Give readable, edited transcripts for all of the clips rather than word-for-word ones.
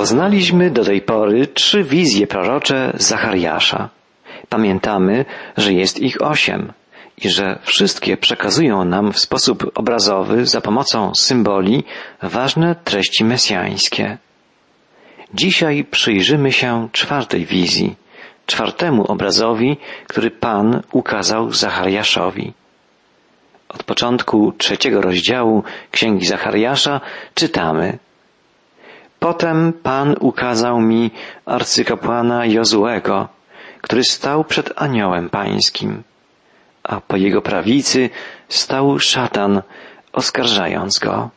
Poznaliśmy do tej pory 3 wizje prorocze Zachariasza. Pamiętamy, że jest ich 8 i że wszystkie przekazują nam w sposób obrazowy, za pomocą symboli, ważne treści mesjańskie. Dzisiaj przyjrzymy się 4. wizji, 4. obrazowi, który Pan ukazał Zachariaszowi. Od początku 3. rozdziału Księgi Zachariasza czytamy: Potem Pan ukazał mi arcykapłana Jozuego, który stał przed aniołem pańskim, a po jego prawicy stał szatan, oskarżając go.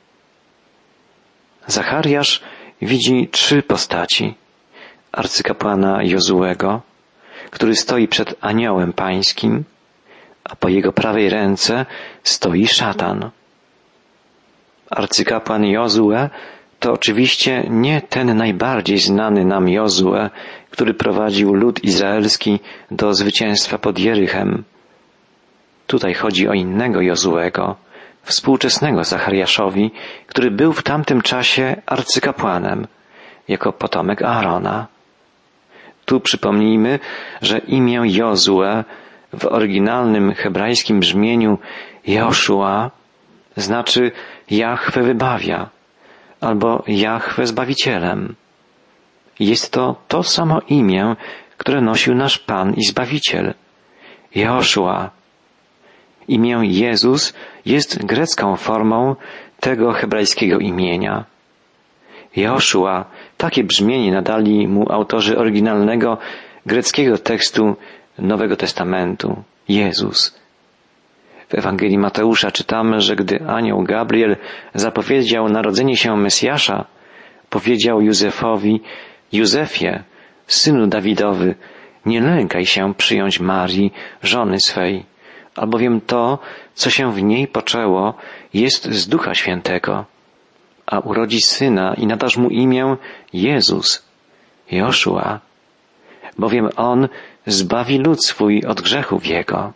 Zachariasz widzi 3 postaci. Arcykapłana Jozuego, który stoi przed aniołem pańskim, a po jego prawej ręce stoi szatan. Arcykapłan Jozue to oczywiście nie ten najbardziej znany nam Jozue, który prowadził lud izraelski do zwycięstwa pod Jerychem. Tutaj chodzi o innego Jozuego, współczesnego Zachariaszowi, który był w tamtym czasie arcykapłanem, jako potomek Aarona. Tu przypomnijmy, że imię Jozue w oryginalnym hebrajskim brzmieniu Joszua znaczy Jahwe wybawia, albo Jahwe Zbawicielem. Jest to samo imię, które nosił nasz Pan i Zbawiciel, Joszua. Imię Jezus jest grecką formą tego hebrajskiego imienia. Joszua, takie brzmienie nadali mu autorzy oryginalnego greckiego tekstu Nowego Testamentu, Jezus. W Ewangelii Mateusza czytamy, że gdy anioł Gabriel zapowiedział narodzenie się Mesjasza, powiedział Józefowi: Józefie, synu Dawidowy, nie lękaj się przyjąć Marii, żony swej, albowiem to, co się w niej poczęło, jest z Ducha Świętego, a urodzi syna i nadasz mu imię Jezus, Joszua, bowiem on zbawi lud swój od grzechów jego.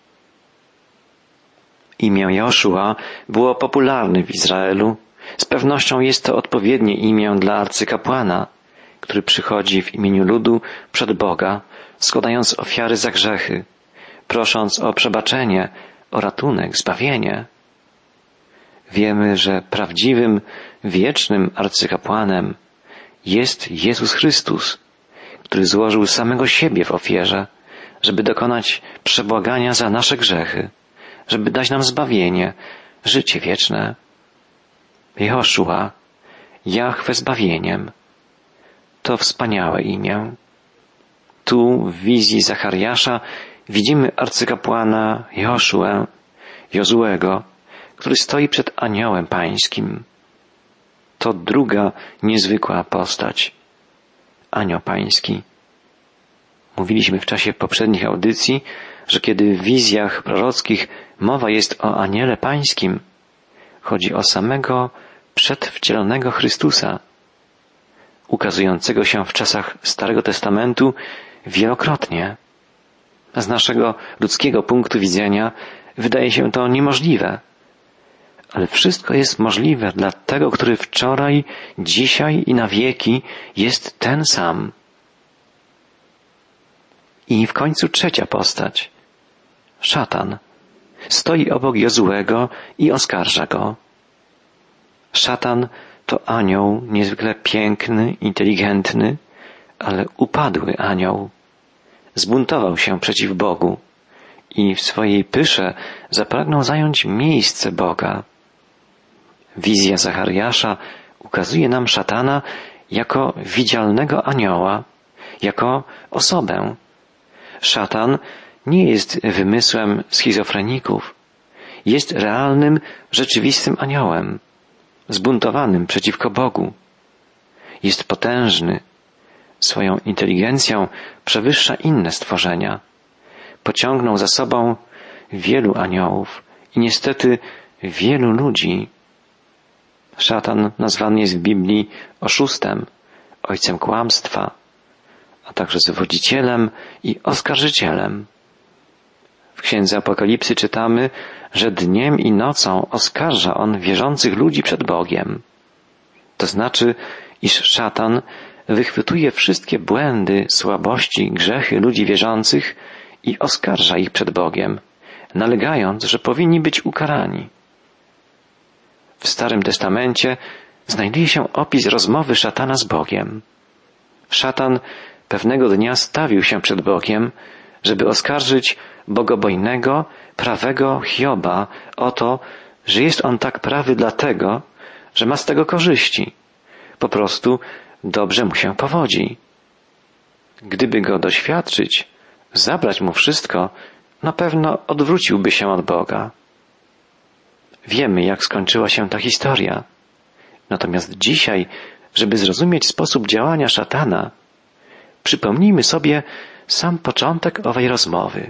Imię Joszua było popularne w Izraelu. Z pewnością jest to odpowiednie imię dla arcykapłana, który przychodzi w imieniu ludu przed Boga, składając ofiary za grzechy, prosząc o przebaczenie, o ratunek, zbawienie. Wiemy, że prawdziwym, wiecznym arcykapłanem jest Jezus Chrystus, który złożył samego siebie w ofierze, żeby dokonać przebłagania za nasze grzechy, żeby dać nam zbawienie, życie wieczne. Joszua, Jahwe zbawieniem. To wspaniałe imię. Tu w wizji Zachariasza widzimy arcykapłana Jozuego, który stoi przed aniołem pańskim. To druga niezwykła postać. Anioł pański. Mówiliśmy w czasie poprzednich audycji, że kiedy w wizjach prorockich mowa jest o aniele pańskim, chodzi o samego przedwcielonego Chrystusa, ukazującego się w czasach Starego Testamentu wielokrotnie. Z naszego ludzkiego punktu widzenia wydaje się to niemożliwe. Ale wszystko jest możliwe dla tego, który wczoraj, dzisiaj i na wieki jest ten sam. I w końcu 3. postać. Szatan. Stoi obok Jozuego i oskarża go. Szatan to anioł niezwykle piękny, inteligentny, ale upadły anioł. Zbuntował się przeciw Bogu i w swojej pysze zapragnął zająć miejsce Boga. Wizja Zachariasza ukazuje nam szatana jako widzialnego anioła, jako osobę. Szatan nie jest wymysłem schizofreników. Jest realnym, rzeczywistym aniołem, zbuntowanym przeciwko Bogu. Jest potężny. Swoją inteligencją przewyższa inne stworzenia. Pociągnął za sobą wielu aniołów i niestety wielu ludzi. Szatan nazwany jest w Biblii oszustem, ojcem kłamstwa, a także zwodzicielem i oskarżycielem. W Księdze Apokalipsy czytamy, że dniem i nocą oskarża on wierzących ludzi przed Bogiem. To znaczy iż szatan wychwytuje wszystkie błędy, słabości, grzechy ludzi wierzących i oskarża ich przed Bogiem, nalegając, że powinni być ukarani. W Starym Testamencie znajduje się opis rozmowy szatana z Bogiem. Szatan pewnego dnia stawił się przed Bogiem, żeby oskarżyć bogobojnego, prawego Hioba o to, że jest on tak prawy dlatego, że ma z tego korzyści. Po prostu dobrze mu się powodzi. Gdyby go doświadczyć, zabrać mu wszystko, na pewno odwróciłby się od Boga. Wiemy, jak skończyła się ta historia. Natomiast dzisiaj, żeby zrozumieć sposób działania szatana, przypomnijmy sobie sam początek owej rozmowy.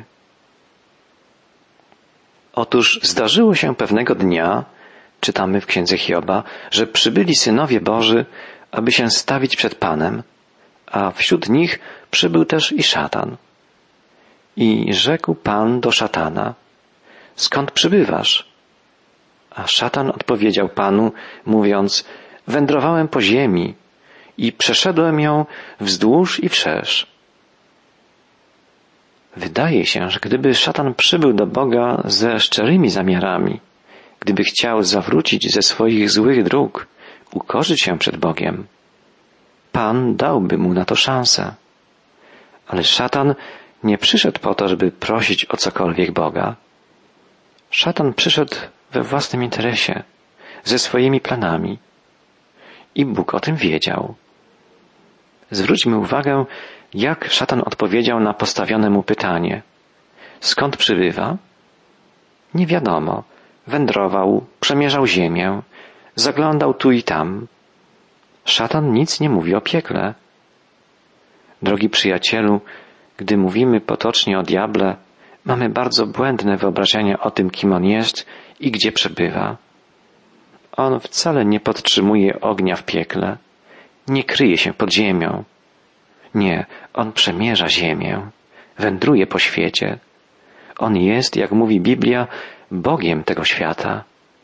Otóż zdarzyło się pewnego dnia, czytamy w księdze Hioba, że przybyli synowie Boży, aby się stawić przed Panem, a wśród nich przybył też i szatan. I rzekł Pan do szatana: skąd przybywasz? A szatan odpowiedział Panu, mówiąc: wędrowałem po ziemi i przeszedłem ją wzdłuż i wszerz. Wydaje się, że gdyby szatan przybył do Boga ze szczerymi zamiarami, gdyby chciał zawrócić ze swoich złych dróg, ukorzyć się przed Bogiem, Pan dałby mu na to szansę. Ale szatan nie przyszedł po to, żeby prosić o cokolwiek Boga. Szatan przyszedł we własnym interesie, ze swoimi planami. I Bóg o tym wiedział. Zwróćmy uwagę, jak szatan odpowiedział na postawione mu pytanie. Skąd przybywa? Nie wiadomo. Wędrował, przemierzał ziemię, zaglądał tu i tam. Szatan nic nie mówi o piekle. Drogi przyjacielu, gdy mówimy potocznie o diable, mamy bardzo błędne wyobrażenia o tym, kim on jest i gdzie przebywa. On wcale nie podtrzymuje ognia w piekle, nie kryje się pod ziemią. Nie, on przemierza ziemię, wędruje po świecie. On jest, jak mówi Biblia, Bogiem tego świata.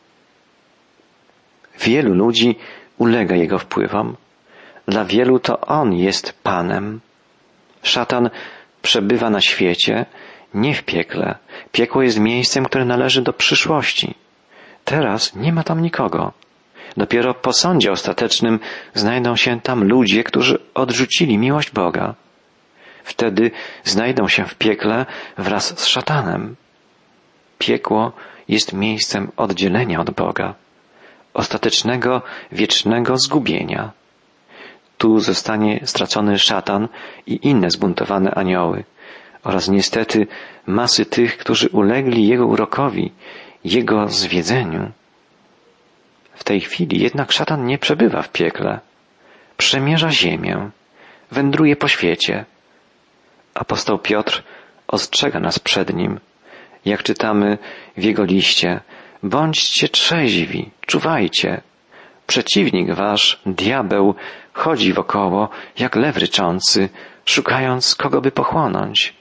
Wielu ludzi ulega jego wpływom. Dla wielu to on jest Panem. Szatan przebywa na świecie, nie w piekle. Piekło jest miejscem, które należy do przyszłości. Teraz nie ma tam nikogo. Dopiero po sądzie ostatecznym znajdą się tam ludzie, którzy odrzucili miłość Boga. Wtedy znajdą się w piekle wraz z szatanem. Piekło jest miejscem oddzielenia od Boga, ostatecznego, wiecznego zgubienia. Tu zostanie stracony szatan i inne zbuntowane anioły oraz niestety masy tych, którzy ulegli jego urokowi, jego zwiedzeniu. W tej chwili jednak szatan nie przebywa w piekle. Przemierza ziemię, wędruje po świecie. Apostoł Piotr ostrzega nas przed nim. Jak czytamy w jego liście: bądźcie trzeźwi, czuwajcie. Przeciwnik wasz, diabeł, chodzi wokoło jak lew ryczący, szukając kogo by pochłonąć.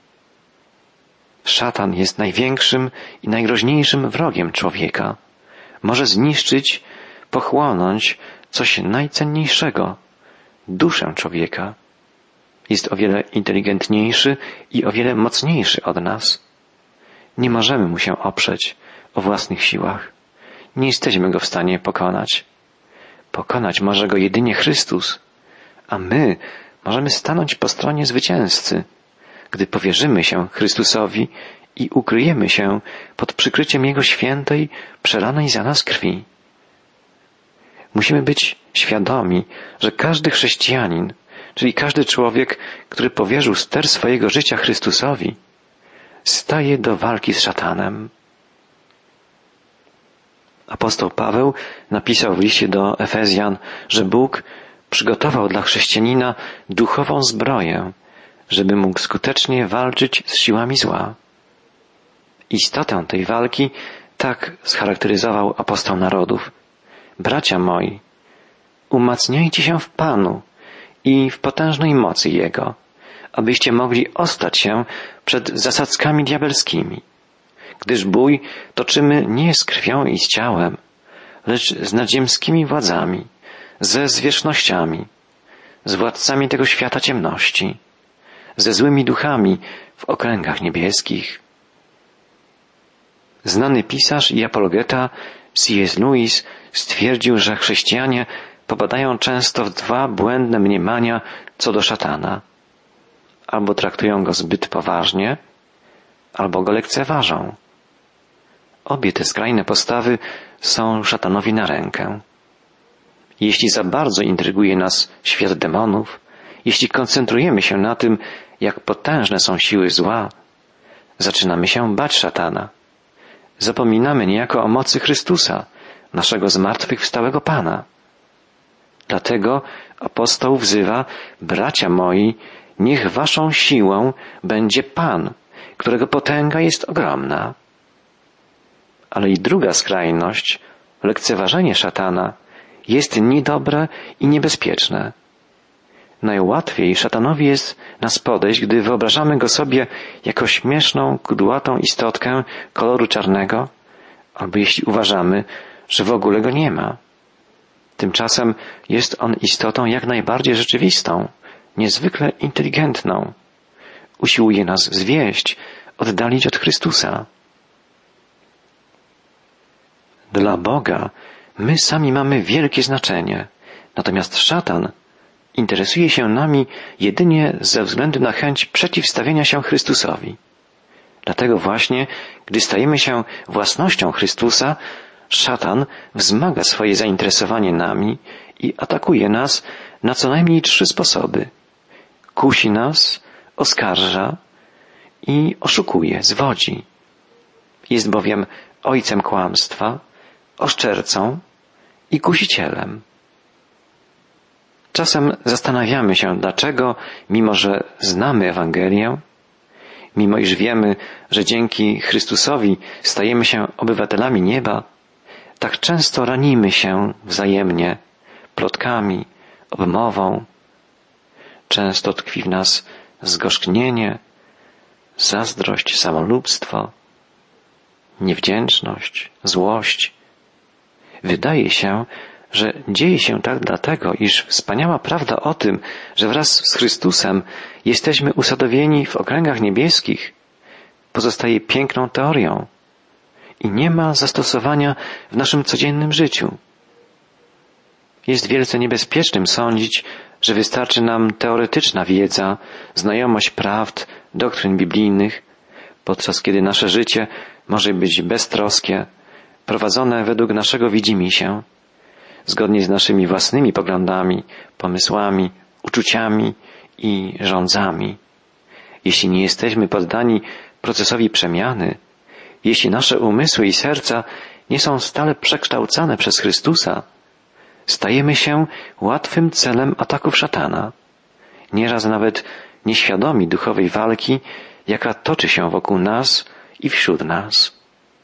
Szatan jest największym i najgroźniejszym wrogiem człowieka. Może zniszczyć, pochłonąć coś najcenniejszego, duszę człowieka. Jest o wiele inteligentniejszy i o wiele mocniejszy od nas. Nie możemy mu się oprzeć o własnych siłach. Nie jesteśmy go w stanie pokonać. Pokonać może go jedynie Chrystus, a my możemy stanąć po stronie zwycięzcy, gdy powierzymy się Chrystusowi i ukryjemy się pod przykryciem Jego świętej, przelanej za nas krwi. Musimy być świadomi, że każdy chrześcijanin, czyli każdy człowiek, który powierzył ster swojego życia Chrystusowi, staje do walki z szatanem. Apostoł Paweł napisał w liście do Efezjan, że Bóg przygotował dla chrześcijanina duchową zbroję, żeby mógł skutecznie walczyć z siłami zła. Istotę tej walki tak scharakteryzował apostoł narodów. Bracia moi, umacniajcie się w Panu i w potężnej mocy Jego, abyście mogli ostać się przed zasadzkami diabelskimi. Gdyż bój toczymy nie z krwią i z ciałem, lecz z nadziemskimi władzami, ze zwierzchnościami, z władcami tego świata ciemności, ze złymi duchami w okręgach niebieskich. Znany pisarz i apologeta C.S. Lewis stwierdził, że chrześcijanie popadają często w dwa błędne mniemania co do szatana. Albo traktują go zbyt poważnie, albo go lekceważą. Obie te skrajne postawy są szatanowi na rękę. Jeśli za bardzo intryguje nas świat demonów, jeśli koncentrujemy się na tym, jak potężne są siły zła, zaczynamy się bać szatana. Zapominamy niejako o mocy Chrystusa, naszego zmartwychwstałego Pana. Dlatego apostoł wzywa: bracia moi, niech waszą siłą będzie Pan, którego potęga jest ogromna. Ale i druga skrajność, lekceważenie szatana, jest niedobre i niebezpieczne. Najłatwiej szatanowi jest nas podejść, gdy wyobrażamy go sobie jako śmieszną, kudłatą istotkę koloru czarnego, albo jeśli uważamy, że w ogóle go nie ma. Tymczasem jest on istotą jak najbardziej rzeczywistą, niezwykle inteligentną. Usiłuje nas zwieść, oddalić od Chrystusa. Dla Boga my sami mamy wielkie znaczenie, natomiast szatan interesuje się nami jedynie ze względu na chęć przeciwstawienia się Chrystusowi. Dlatego właśnie, gdy stajemy się własnością Chrystusa, szatan wzmaga swoje zainteresowanie nami i atakuje nas na co najmniej 3 sposoby. Kusi nas, oskarża i oszukuje, zwodzi. Jest bowiem ojcem kłamstwa, oszczercą i kusicielem. Czasem zastanawiamy się, dlaczego, mimo że znamy Ewangelię, mimo iż wiemy, że dzięki Chrystusowi stajemy się obywatelami nieba, tak często ranimy się wzajemnie plotkami, obmową. Często tkwi w nas zgorzknienie, zazdrość, samolubstwo, niewdzięczność, złość. Wydaje się, że dzieje się tak dlatego, iż wspaniała prawda o tym, że wraz z Chrystusem jesteśmy usadowieni w okręgach niebieskich, pozostaje piękną teorią i nie ma zastosowania w naszym codziennym życiu. Jest wielce niebezpiecznym sądzić, że wystarczy nam teoretyczna wiedza, znajomość prawd, doktryn biblijnych, podczas kiedy nasze życie może być beztroskie, prowadzone według naszego widzimisię, zgodnie z naszymi własnymi poglądami, pomysłami, uczuciami i żądzami. Jeśli nie jesteśmy poddani procesowi przemiany, jeśli nasze umysły i serca nie są stale przekształcane przez Chrystusa, stajemy się łatwym celem ataków szatana, nieraz nawet nieświadomi duchowej walki, jaka toczy się wokół nas i wśród nas.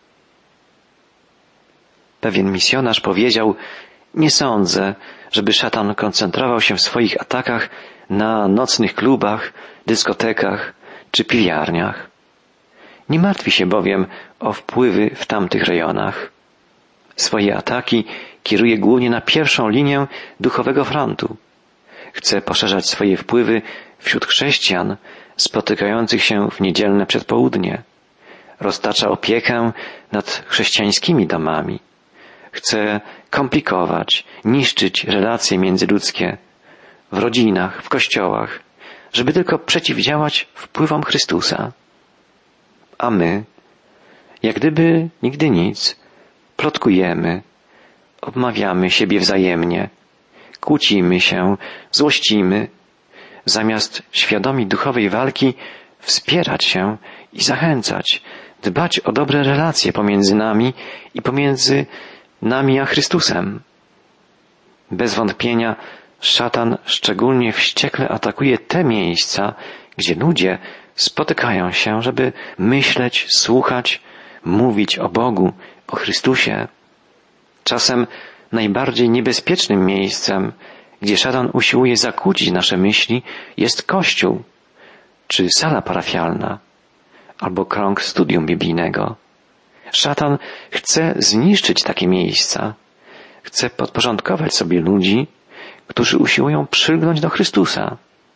Pewien misjonarz powiedział: nie sądzę, żeby szatan koncentrował się w swoich atakach na nocnych klubach, dyskotekach czy piwiarniach. Nie martwi się bowiem o wpływy w tamtych rejonach. Swoje ataki kieruje głównie na pierwszą linię duchowego frontu. Chce poszerzać swoje wpływy wśród chrześcijan spotykających się w niedzielne przedpołudnie. Roztacza opiekę nad chrześcijańskimi domami. Chce komplikować, niszczyć relacje międzyludzkie w rodzinach, w kościołach, żeby tylko przeciwdziałać wpływom Chrystusa. A my, jak gdyby nigdy nic, plotkujemy, obmawiamy siebie wzajemnie, kłócimy się, złościmy, zamiast świadomi duchowej walki wspierać się i zachęcać, dbać o dobre relacje pomiędzy nami i pomiędzy nami a Chrystusem. Bez wątpienia szatan szczególnie wściekle atakuje te miejsca, gdzie ludzie spotykają się, żeby myśleć, słuchać, mówić o Bogu, o Chrystusie. Czasem najbardziej niebezpiecznym miejscem, gdzie szatan usiłuje zakłócić nasze myśli, jest kościół, czy sala parafialna, albo krąg studium biblijnego. Szatan chce zniszczyć takie miejsca, chce podporządkować sobie ludzi, którzy usiłują przylgnąć do Chrystusa.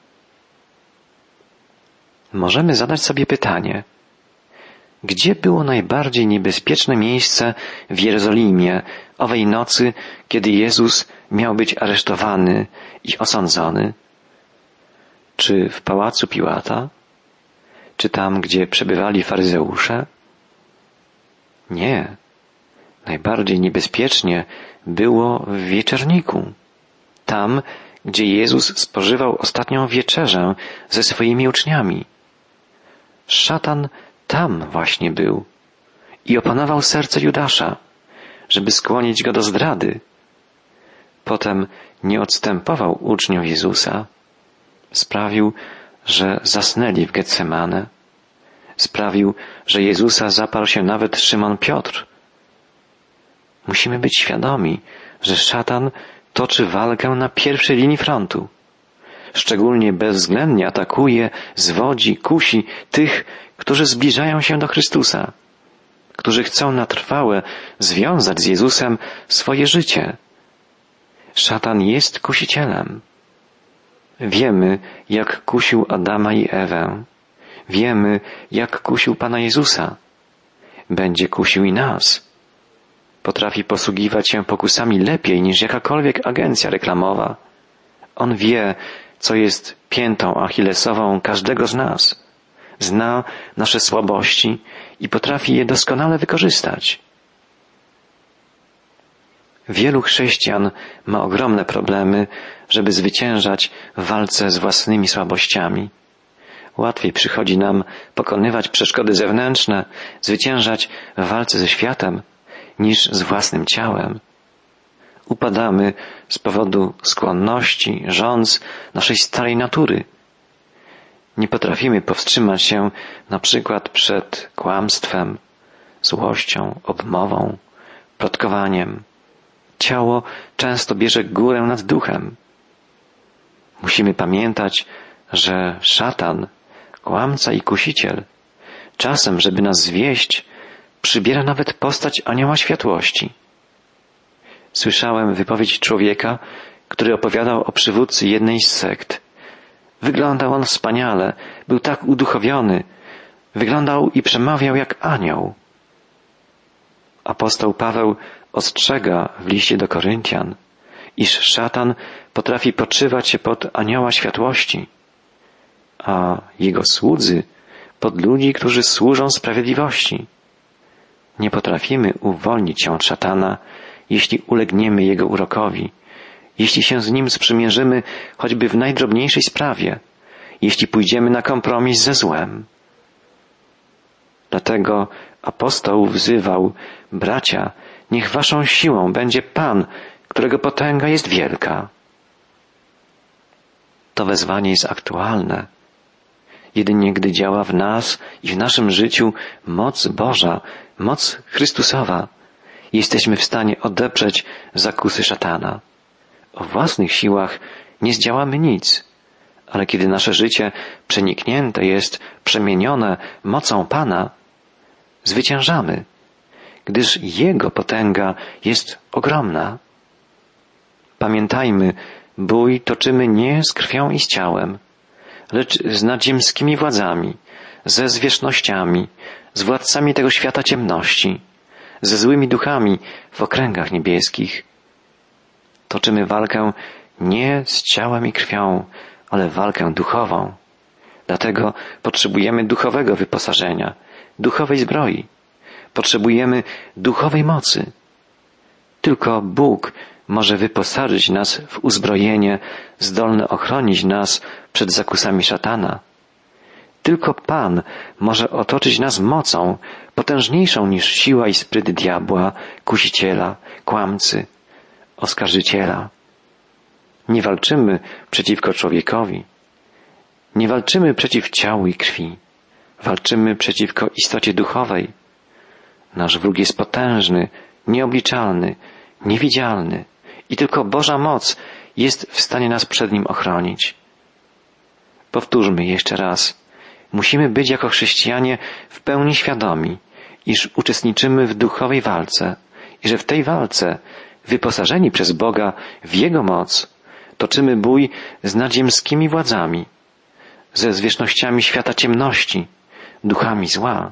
Możemy zadać sobie pytanie, gdzie było najbardziej niebezpieczne miejsce w Jerozolimie owej nocy, kiedy Jezus miał być aresztowany i osądzony? Czy w pałacu Piłata? Czy tam, gdzie przebywali faryzeusze? Nie. Najbardziej niebezpiecznie było w wieczerniku. Tam, gdzie Jezus spożywał ostatnią wieczerzę ze swoimi uczniami. Szatan tam właśnie był i opanował serce Judasza, żeby skłonić go do zdrady. Potem nie odstępował uczniom Jezusa. Sprawił, że zasnęli w Getsemane. Sprawił, że Jezusa zaparł się nawet Szymon Piotr. Musimy być świadomi, że szatan toczy walkę na pierwszej linii frontu. Szczególnie bezwzględnie atakuje, zwodzi, kusi tych, którzy zbliżają się do Chrystusa, którzy chcą na trwałe związać z Jezusem swoje życie. Szatan jest kusicielem. Wiemy, jak kusił Adama i Ewę. Wiemy, jak kusił Pana Jezusa. Będzie kusił i nas. Potrafi posługiwać się pokusami lepiej niż jakakolwiek agencja reklamowa. On wie, co jest piętą achillesową każdego z nas. Zna nasze słabości i potrafi je doskonale wykorzystać. Wielu chrześcijan ma ogromne problemy, żeby zwyciężać w walce z własnymi słabościami. Łatwiej przychodzi nam pokonywać przeszkody zewnętrzne, zwyciężać w walce ze światem, niż z własnym ciałem. Upadamy z powodu skłonności, żądz naszej starej natury. Nie potrafimy powstrzymać się na przykład przed kłamstwem, złością, obmową, plotkowaniem. Ciało często bierze górę nad duchem. Musimy pamiętać, że szatan, kłamca i kusiciel, czasem, żeby nas zwieść, przybiera nawet postać anioła światłości. Słyszałem wypowiedź człowieka, który opowiadał o przywódcy jednej z sekt. Wyglądał on wspaniale, był tak uduchowiony, wyglądał i przemawiał jak anioł. Apostoł Paweł ostrzega w liście do Koryntian, iż szatan potrafi podszywać się pod anioła światłości, a jego słudzy pod ludzi, którzy służą sprawiedliwości. Nie potrafimy uwolnić się od szatana, jeśli ulegniemy jego urokowi, jeśli się z nim sprzymierzymy choćby w najdrobniejszej sprawie, jeśli pójdziemy na kompromis ze złem. Dlatego apostoł wzywał: bracia, niech waszą siłą będzie Pan, którego potęga jest wielka. To wezwanie jest aktualne. Jedynie gdy działa w nas i w naszym życiu moc Boża, moc Chrystusowa, jesteśmy w stanie odeprzeć zakusy szatana. O własnych siłach nie zdziałamy nic, ale kiedy nasze życie przeniknięte jest, przemienione mocą Pana, zwyciężamy, gdyż Jego potęga jest ogromna. Pamiętajmy, bój toczymy nie z krwią i z ciałem, lecz z nadziemskimi władzami, ze zwierzchnościami, z władcami tego świata ciemności, ze złymi duchami w okręgach niebieskich. Toczymy walkę nie z ciałem i krwią, ale walkę duchową. Dlatego potrzebujemy duchowego wyposażenia, duchowej zbroi. Potrzebujemy duchowej mocy. Tylko Bóg może wyposażyć nas w uzbrojenie zdolne ochronić nas przed zakusami szatana. Tylko Pan może otoczyć nas mocą potężniejszą niż siła i spryt diabła, kusiciela, kłamcy, oskarżyciela. Nie walczymy przeciwko człowiekowi. Nie walczymy przeciw ciału i krwi. Walczymy przeciwko istocie duchowej. Nasz wróg jest potężny, nieobliczalny, niewidzialny i tylko Boża moc jest w stanie nas przed nim ochronić. Powtórzmy jeszcze raz. Musimy być jako chrześcijanie w pełni świadomi, iż uczestniczymy w duchowej walce i że w tej walce, wyposażeni przez Boga w Jego moc, Toczymy bój z nadziemskimi władzami, ze zwierzchnościami świata ciemności, duchami zła.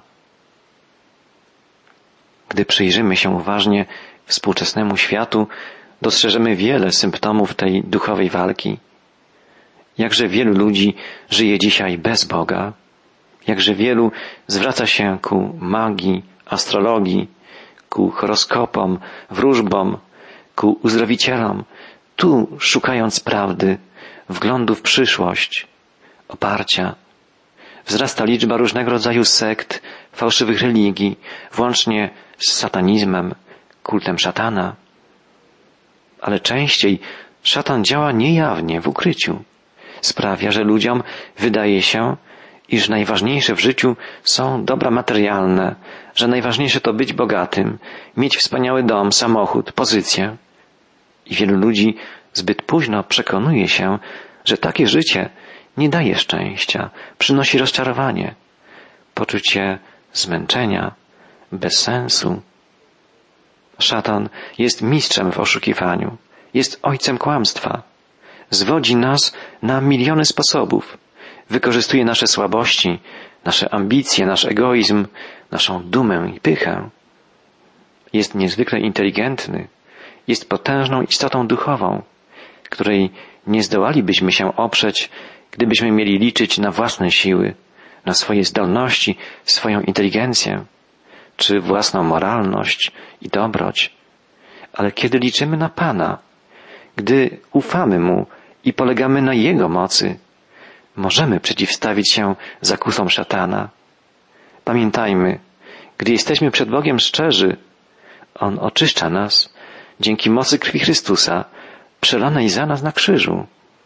Gdy przyjrzymy się uważnie współczesnemu światu, dostrzeżemy wiele symptomów tej duchowej walki. Jakże wielu ludzi żyje dzisiaj bez Boga, jakże wielu zwraca się ku magii, astrologii, ku horoskopom, wróżbom, ku uzdrowicielom, tu szukając prawdy, wglądu w przyszłość, oparcia. Wzrasta liczba różnego rodzaju sekt, fałszywych religii, włącznie z satanizmem, kultem szatana. Ale częściej szatan działa niejawnie, w ukryciu. Sprawia, że ludziom wydaje się, iż najważniejsze w życiu są dobra materialne, że najważniejsze to być bogatym, mieć wspaniały dom, samochód, pozycję. I wielu ludzi zbyt późno przekonuje się, że takie życie nie daje szczęścia, przynosi rozczarowanie, poczucie zmęczenia, bez sensu. Szatan jest mistrzem w oszukiwaniu, jest ojcem kłamstwa. Zwodzi nas na miliony sposobów. Wykorzystuje nasze słabości, nasze ambicje, nasz egoizm, naszą dumę i pychę. Jest niezwykle inteligentny, jest potężną istotą duchową, której nie zdołalibyśmy się oprzeć, gdybyśmy mieli liczyć na własne siły, na swoje zdolności, swoją inteligencję, czy własną moralność i dobroć. Ale kiedy liczymy na Pana, gdy ufamy Mu i polegamy na Jego mocy, możemy przeciwstawić się zakusom szatana. Pamiętajmy, gdy jesteśmy przed Bogiem szczerzy, On oczyszcza nas dzięki mocy krwi Chrystusa, przelanej za nas na krzyżu.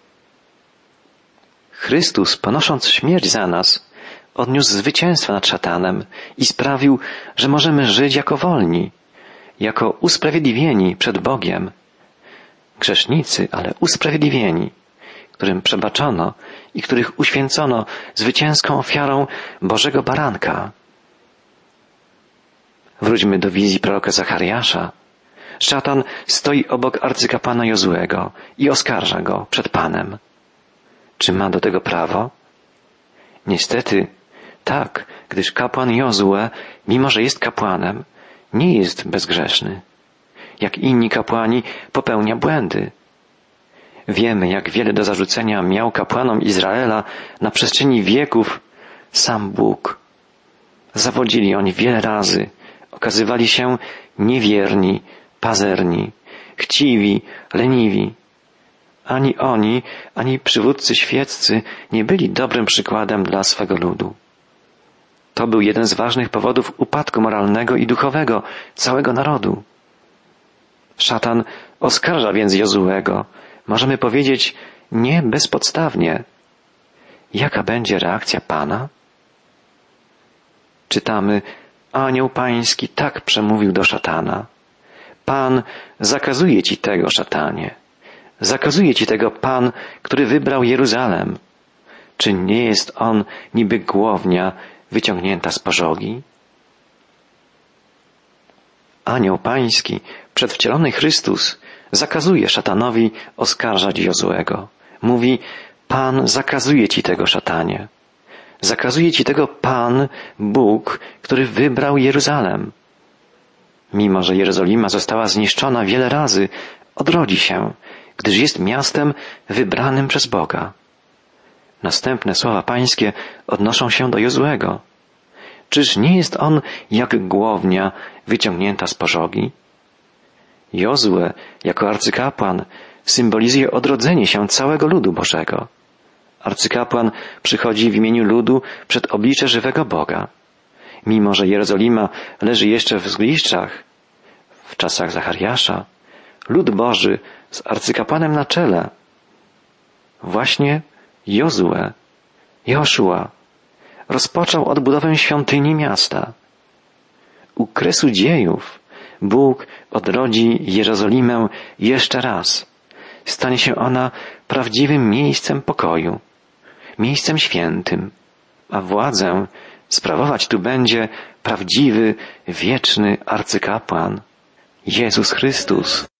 Chrystus, ponosząc śmierć za nas, odniósł zwycięstwo nad szatanem i sprawił, że możemy żyć jako wolni, jako usprawiedliwieni przed Bogiem. Grzesznicy, ale usprawiedliwieni, którym przebaczono i których uświęcono zwycięską ofiarą Bożego Baranka. Wróćmy do wizji proroka Zachariasza. Szatan stoi obok arcykapłana Jozuego i oskarża go przed Panem. Czy ma do tego prawo? Niestety tak, gdyż kapłan Jozue, mimo że jest kapłanem, nie jest bezgrzeszny. Jak inni kapłani popełnia błędy. Wiemy, jak wiele do zarzucenia miał kapłanom Izraela na przestrzeni wieków sam Bóg. Zawodzili oni wiele razy, okazywali się niewierni, pazerni, chciwi, leniwi. Ani oni, ani przywódcy świeccy nie byli dobrym przykładem dla swego ludu. To był jeden z ważnych powodów upadku moralnego i duchowego całego narodu. Szatan oskarża więc Jozuego, możemy powiedzieć, nie bezpodstawnie. Jaka będzie reakcja Pana? Czytamy, anioł pański tak przemówił do szatana. Pan zakazuje ci tego, szatanie. Zakazuje ci tego Pan, który wybrał Jeruzalem. Czy nie jest on niby głownia wyciągnięta z pożogi? Anioł pański, przedwcielony Chrystus, zakazuje szatanowi oskarżać Jozuego. Mówi, Pan zakazuje ci tego, szatanie. Zakazuje ci tego Pan, Bóg, który wybrał Jeruzalem. Mimo że Jerozolima została zniszczona wiele razy, odrodzi się, gdyż jest miastem wybranym przez Boga. Następne słowa pańskie odnoszą się do Jozuego. Czyż nie jest on jak głownia wyciągnięta z pożogi? Jozue, jako arcykapłan, symbolizuje odrodzenie się całego ludu Bożego. Arcykapłan przychodzi w imieniu ludu przed oblicze żywego Boga. Mimo że Jerozolima leży jeszcze w zgliszczach, w czasach Zachariasza, lud Boży z arcykapłanem na czele, właśnie Jozue, Joszua, rozpoczął odbudowę świątyni miasta. U kresu dziejów Bóg odrodzi Jerozolimę jeszcze raz. Stanie się ona prawdziwym miejscem pokoju, miejscem świętym, a władzę sprawować tu będzie prawdziwy, wieczny arcykapłan, Jezus Chrystus.